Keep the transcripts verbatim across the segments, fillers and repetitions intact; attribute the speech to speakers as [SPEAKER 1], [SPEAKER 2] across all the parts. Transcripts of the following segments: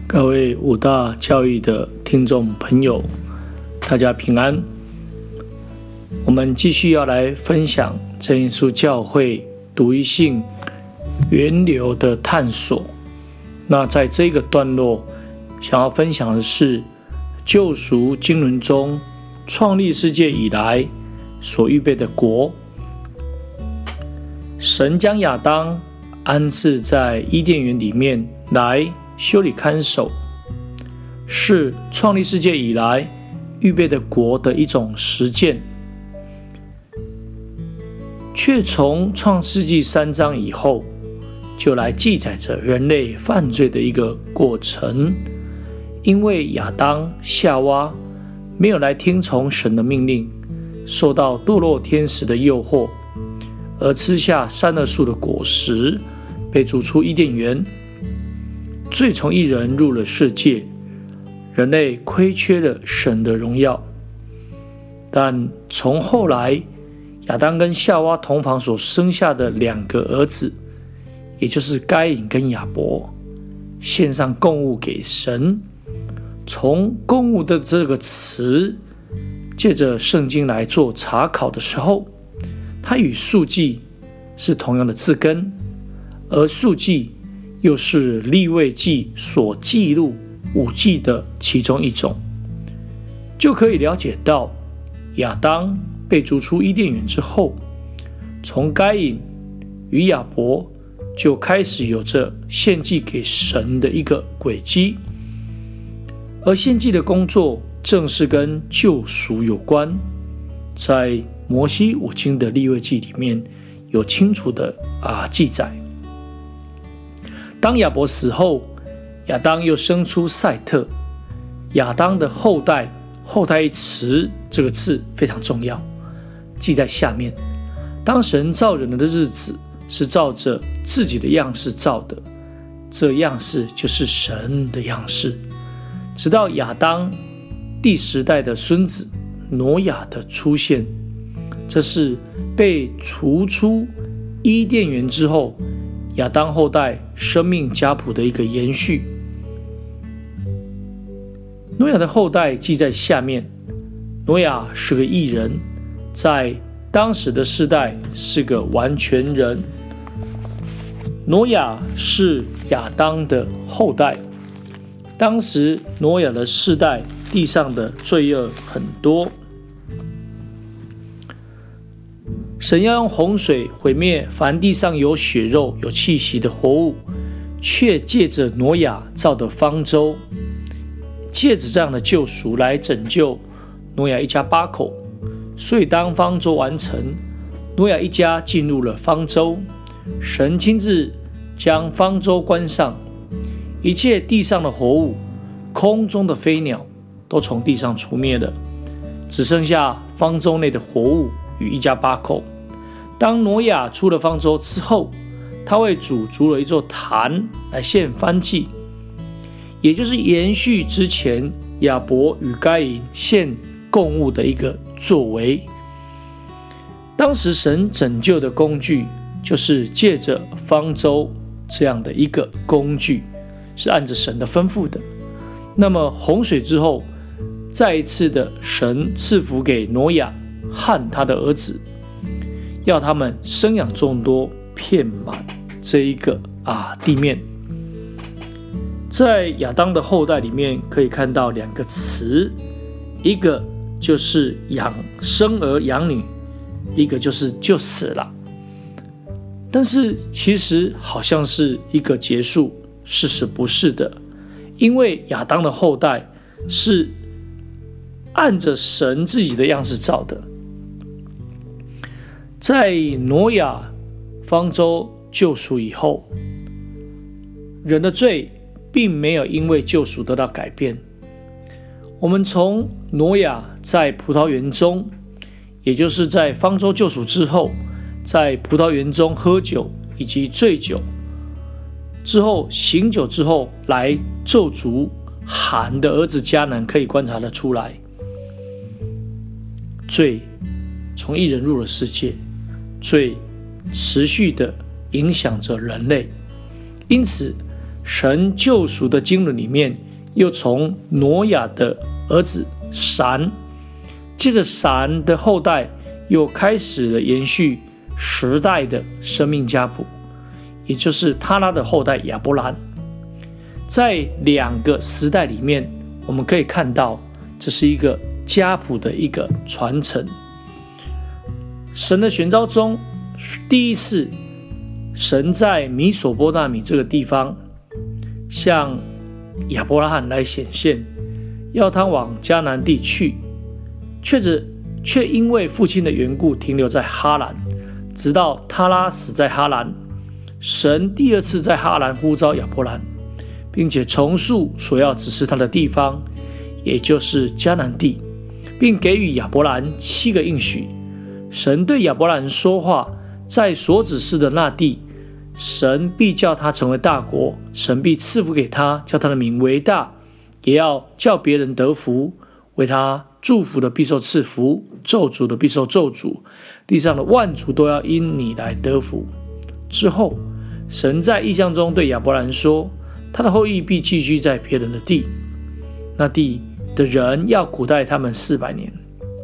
[SPEAKER 1] 各位五大教育的听众朋友，大家平安。我们继续要来分享真耶稣教会独一性源流的探索。那在这个段落，想要分享的是救赎经纶中创立世界以来所预备的国。神将亚当安置在伊甸园里面来修理看守，是创立世界以来预备的国的一种实践，却从创世纪三章以后就来记载着人类犯罪的一个过程。因为亚当夏娃没有来听从神的命令，受到堕落天使的诱惑，而吃下善恶树的果实，被逐出伊甸园，罪从一人入了世界，人类亏缺了神的荣耀。但从后来亚当跟夏娃同房所生下的两个儿子，也就是该隐跟亚伯，献上供物给神。从供物的这个词，借着圣经来做查考的时候，它与素祭是同样的字根，而素祭又是利未记所记录五祭的其中一种，就可以了解到亚当被逐出伊甸园之后，从该隐与亚伯就开始有着献祭给神的一个轨迹，而献祭的工作正是跟救赎有关，在摩西五经的利未记里面有清楚的、啊、记载。当亚伯死后，亚当又生出赛特。亚当的后代，后代一词这个字非常重要，记在下面。当神造人的日子，是照着自己的样式造的，这样式就是神的样式。直到亚当第十代的孙子挪亚的出现，这是被除出伊甸园之后亚当后代生命家谱的一个延续。挪亚的后代记在下面。挪亚是个义人，在当时的世代是个完全人。挪亚是亚当的后代，当时挪亚的世代地上的罪恶很多，神要用洪水毁灭凡地上有血肉有气息的活物，却借着挪亚造的方舟，借着这样的救赎来拯救挪亚一家八口。所以当方舟完成，挪亚一家进入了方舟，神亲自将方舟关上，一切地上的活物，空中的飞鸟都从地上除灭了，只剩下方舟内的活物与一家八口。当挪亚出了方舟之后，他为主筑了一座坛来献燔祭，也就是延续之前亚伯与该隐献供物的一个作为。当时神拯救的工具就是借着方舟这样的一个工具，是按着神的吩咐的。那么洪水之后，再一次的神赐福给挪亚和他的儿子，要他们生养众多，遍满这一个啊地面。在亚当的后代里面可以看到两个词，一个就是养生儿养女，一个就是就死了。但是其实好像是一个结束，事实不是的，因为亚当的后代是按着神自己的样式造的。在挪亚方舟救赎以后，人的罪并没有因为救赎得到改变。我们从挪亚在葡萄园中，也就是在方舟救赎之后，在葡萄园中喝酒以及醉酒之后，醒酒之后来咒诅含的儿子迦南，可以观察得出来，罪从一人入了世界，罪持续的影响着人类。因此神救赎的经纶里面，又从挪亚的儿子闪，接着闪的后代又开始了延续十代的生命家谱，也就是他拉的后代亚伯兰。在两个时代里面，我们可以看到这是一个家谱的一个传承。神的选召中，第一次神在米索波大米这个地方向亚伯拉罕来显现，要他往迦南地去，却只却因为父亲的缘故停留在哈兰，直到他拉死在哈兰。神第二次在哈兰呼召亚伯兰，并且重述所要指示他的地方，也就是迦南地，并给予亚伯兰七个应许。神对亚伯兰说话，在所指示的那地，神必叫他成为大国，神必赐福给他，叫他的名为大，也要叫别人得福。为他祝福的必受赐福，咒诅的必受咒诅，地上的万族都要因你来得福。之后，神在异象中对亚伯兰说，他的后裔必寄居在别人的地，那地的人要苦待他们四百年。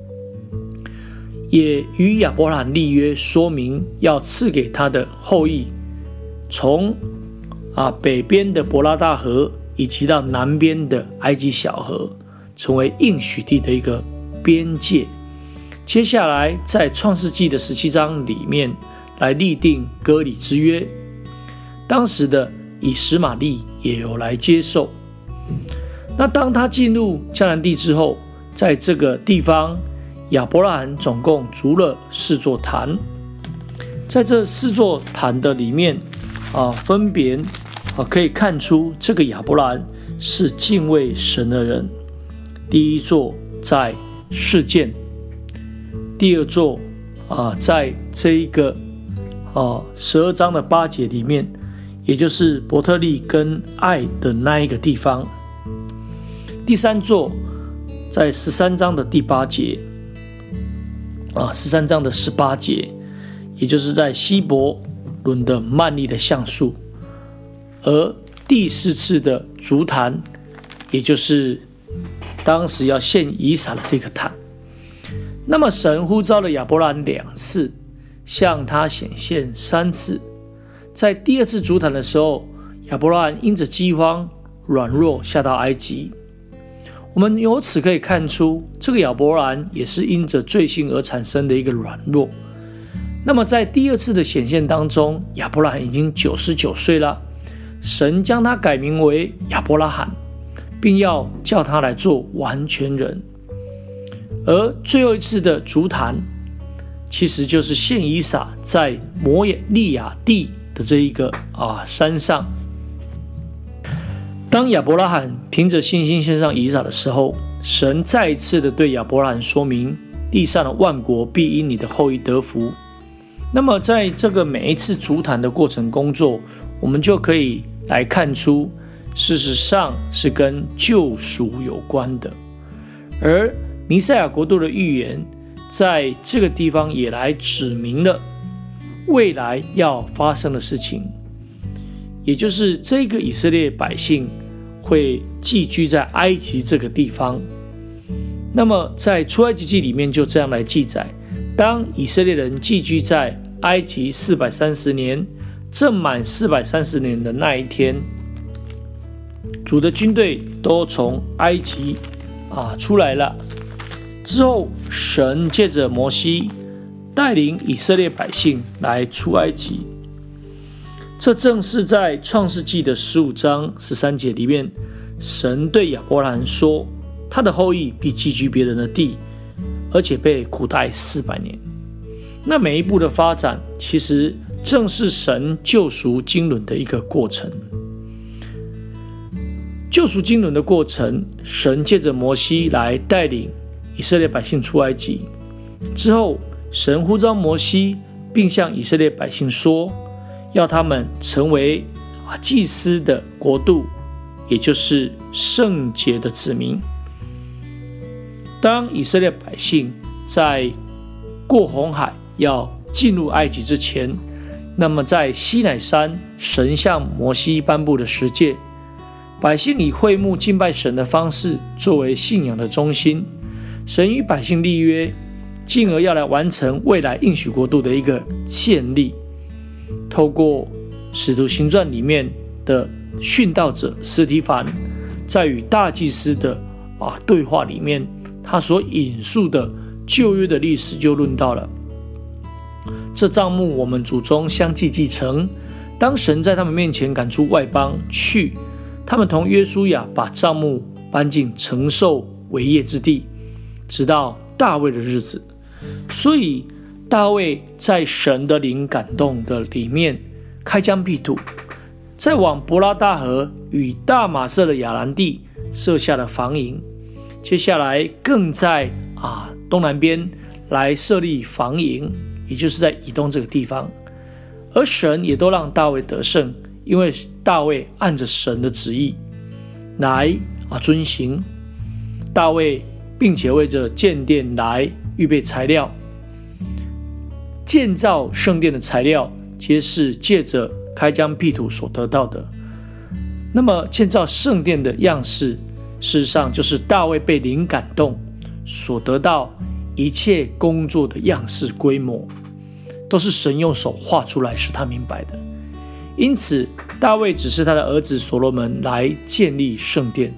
[SPEAKER 1] 也与亚伯兰立约，说明要赐给他的后裔，从啊北边的伯拉大河，以及到南边的埃及小河，成为应许地的一个边界。接下来在创世纪的十七章里面来立定割礼之约，当时的以实玛利也有来接受。那当他进入迦南地之后，在这个地方亚伯拉罕总共筑了四座坛，在这四座坛的里面啊，分别啊可以看出这个亚伯拉罕是敬畏神的人。第一座在示剑，第二座啊在这一个啊十二章的八节里面，也就是伯特利跟爱的那一个地方。第三座在十三章的第八节。啊，十三章的十八节，也就是在希伯伦的曼利的橡树。而第四次的筑坛，也就是当时要献以撒的这个坛。那么神呼召了亚伯兰两次，向他显现三次。在第二次筑坛的时候，亚伯兰因着饥荒软弱下到埃及。我们由此可以看出，这个亚伯兰也是因着罪性而产生的一个软弱。那么在第二次的显现当中，亚伯兰已经九十九岁了，神将他改名为亚伯拉罕，并要叫他来做完全人。而最后一次的筑坛，其实就是献以撒在摩利亚地的这一个啊山上。当亚伯拉罕凭着信心献上以撒的时候，神再一次的对亚伯拉罕说明，地上的万国必因你的后裔得福。那么在这个每一次筑坛的过程工作，我们就可以来看出，事实上是跟救赎有关的。而弥赛亚国度的预言，在这个地方也来指明了未来要发生的事情。也就是这个以色列百姓会寄居在埃及这个地方。那么在出埃及记里面就这样来记载，当以色列人寄居在埃及四百三十年，正满四百三十年的那一天，主的军队都从埃及啊出来了。之后神借着摩西带领以色列百姓来出埃及。这正是在创世纪的十五章十三节里面，神对亚伯兰说，他的后裔必寄居别人的地，而且被苦待四百年。那每一步的发展，其实正是神救赎经纶的一个过程。救赎经纶的过程，神借着摩西来带领以色列百姓出埃及。之后，神呼召摩西，并向以色列百姓说，要他们成为祭司的国度，也就是圣洁的子民。当以色列百姓在过红海要进入埃及之前，那么在西乃山神向摩西颁布的十诫，百姓以会幕敬拜神的方式作为信仰的中心，神与百姓立约，进而要来完成未来应许国度的一个建立。透过使徒行传里面的殉道者司提反在与大祭司的、啊、对话里面，他所引述的旧约的历史就论到了，这帐幕我们祖宗相继继承，当神在他们面前赶出外邦去，他们同约书亚把帐幕搬进承受为业之地，直到大卫的日子。所以大卫在神的灵感动的里面开疆辟土，再往伯拉大河与大马色的亚兰地设下了防营，接下来更在、啊、东南边来设立防营，也就是在以东这个地方。而神也都让大卫得胜，因为大卫按着神的旨意来、啊、遵行。大卫并且为着建殿来预备材料，建造圣殿的材料皆是借着开疆辟土所得到的。那么建造圣殿的样式，事实上就是大卫被灵感动所得到一切工作的样式规模，都是神用手画出来使他明白的。因此大卫指示他的儿子所罗门来建立圣殿。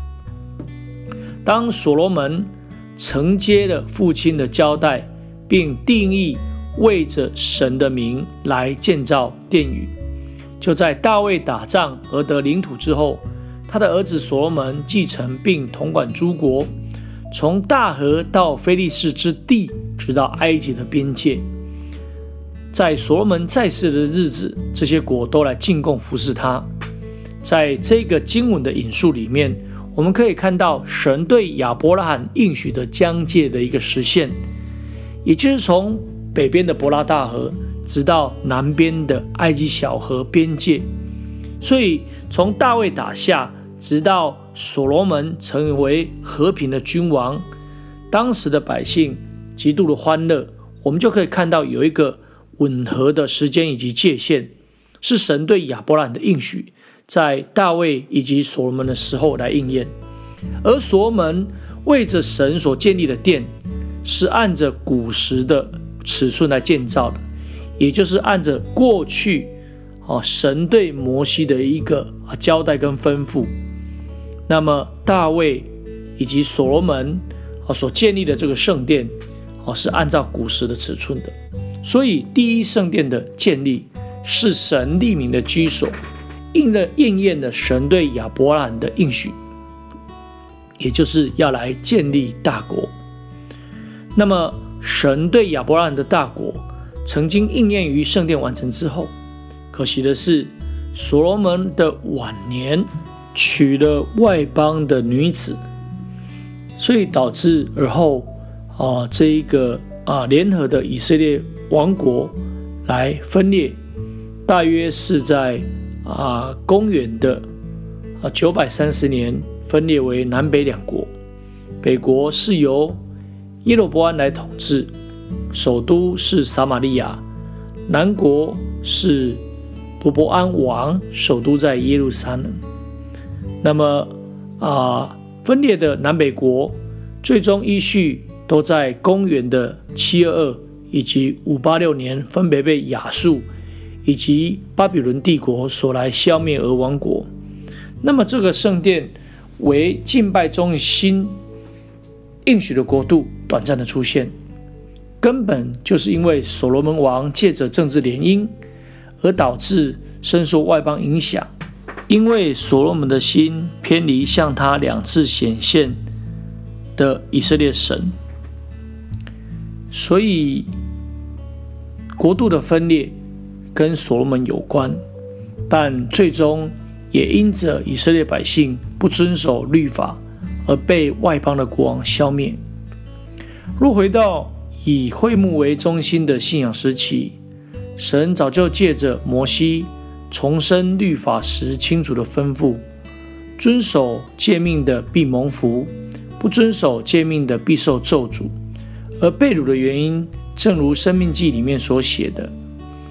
[SPEAKER 1] 当所罗门承接了父亲的交代，并定义为着神的名来建造殿宇，就在大卫打仗而得领土之后，他的儿子所罗门继承并统管诸国，从大河到非利士之地，直到埃及的边界。在所罗门在世的日子，这些国都来进贡服侍他。在这个经文的引述里面，我们可以看到神对亚伯拉罕应许的疆界的一个实现，也就是从北边的伯拉大河直到南边的埃及小河边界。所以从大卫打下直到所罗门成为和平的君王，当时的百姓极度的欢乐，我们就可以看到有一个吻合的时间以及界限，是神对亚伯拉罕的应许在大卫以及所罗门的时候来应验。而所罗门为着神所建立的殿，是按着古时的尺寸来建造的，也就是按着过去、哦、神对摩西的一个交代跟吩咐。那么大卫以及所罗门、哦、所建立的这个圣殿、哦、是按照古时的尺寸的。所以第一圣殿的建立是神立名的居所，应了应验了神对亚伯拉罕的应许，也就是要来建立大国。那么神对亚伯拉罕的大国曾经应验于圣殿完成之后，可惜的是所罗门的晚年娶了外邦的女子，所以导致而后、啊、这一个、啊、联合的以色列王国来分裂，大约是在、啊、公元的、啊、九百三十年分裂为南北两国。北国是由耶罗波安来统治，首都是撒玛利亚；南国是罗波安王，首都在耶路撒冷。那么、啊、分裂的南北国最终依序都在公元的七二二以及五八六年分别被亚述以及巴比伦帝国所来消灭而亡国。那么这个圣殿为敬拜中心应许的国度短暂的出现，根本就是因为所罗门王借着政治联姻而导致深受外邦影响，因为所罗门的心偏离向他两次显现的以色列神，所以国度的分裂跟所罗门有关，但最终也因着以色列百姓不遵守律法而被外邦的国王消灭。若回到以会幕为中心的信仰时期，神早就借着摩西重申律法时清楚的吩咐，遵守诫命的必蒙福，不遵守诫命的必受咒诅。而被掳的原因正如申命记里面所写的，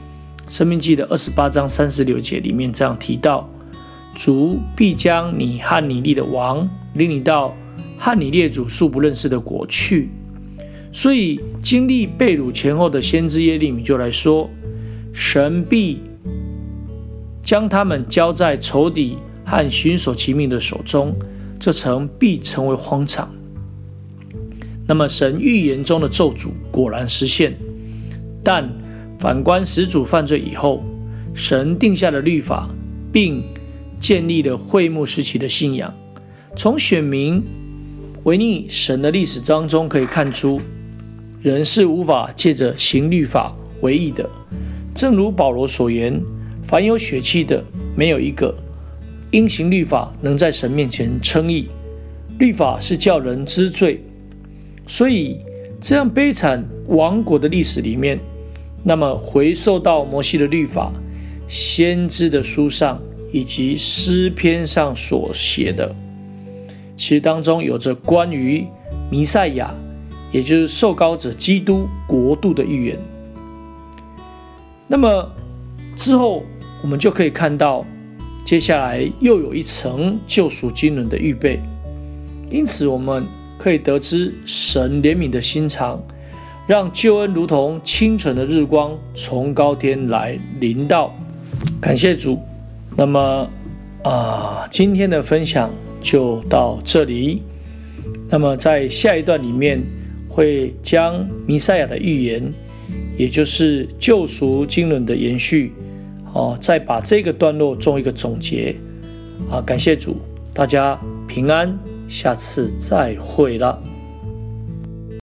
[SPEAKER 1] 申命记的二十八章三十六节里面这样提到，主必将你和你立的王领你到和你列祖素不认识的国去。所以经历被掳前后的先知耶利米就来说，神必将他们交在仇敌和寻索其命的手中，这城必成为荒场。那么神预言中的咒诅果然实现，但反观始祖犯罪以后，神定下的律法并建立了会幕时期的信仰。从选民违逆神的历史当中可以看出，人是无法借着行律法为义的。正如保罗所言，凡有血气的，没有一个因行律法能在神面前称义。律法是叫人知罪，所以这样悲惨亡国的历史里面，那么回溯到摩西的律法、先知的书上以及诗篇上所写的，其实当中有着关于弥赛亚，也就是受膏者基督国度的预言。那么之后我们就可以看到，接下来又有一层救赎经纶的预备。因此我们可以得知神怜悯的心肠，让救恩如同清晨的日光从高天来临到。感谢主。那么啊，今天的分享就到这里。那么在下一段里面会将弥赛亚的预言，也就是救赎经纶的延续，哦，再把这个段落做一个总结。啊，感谢主，大家平安，下次再会了。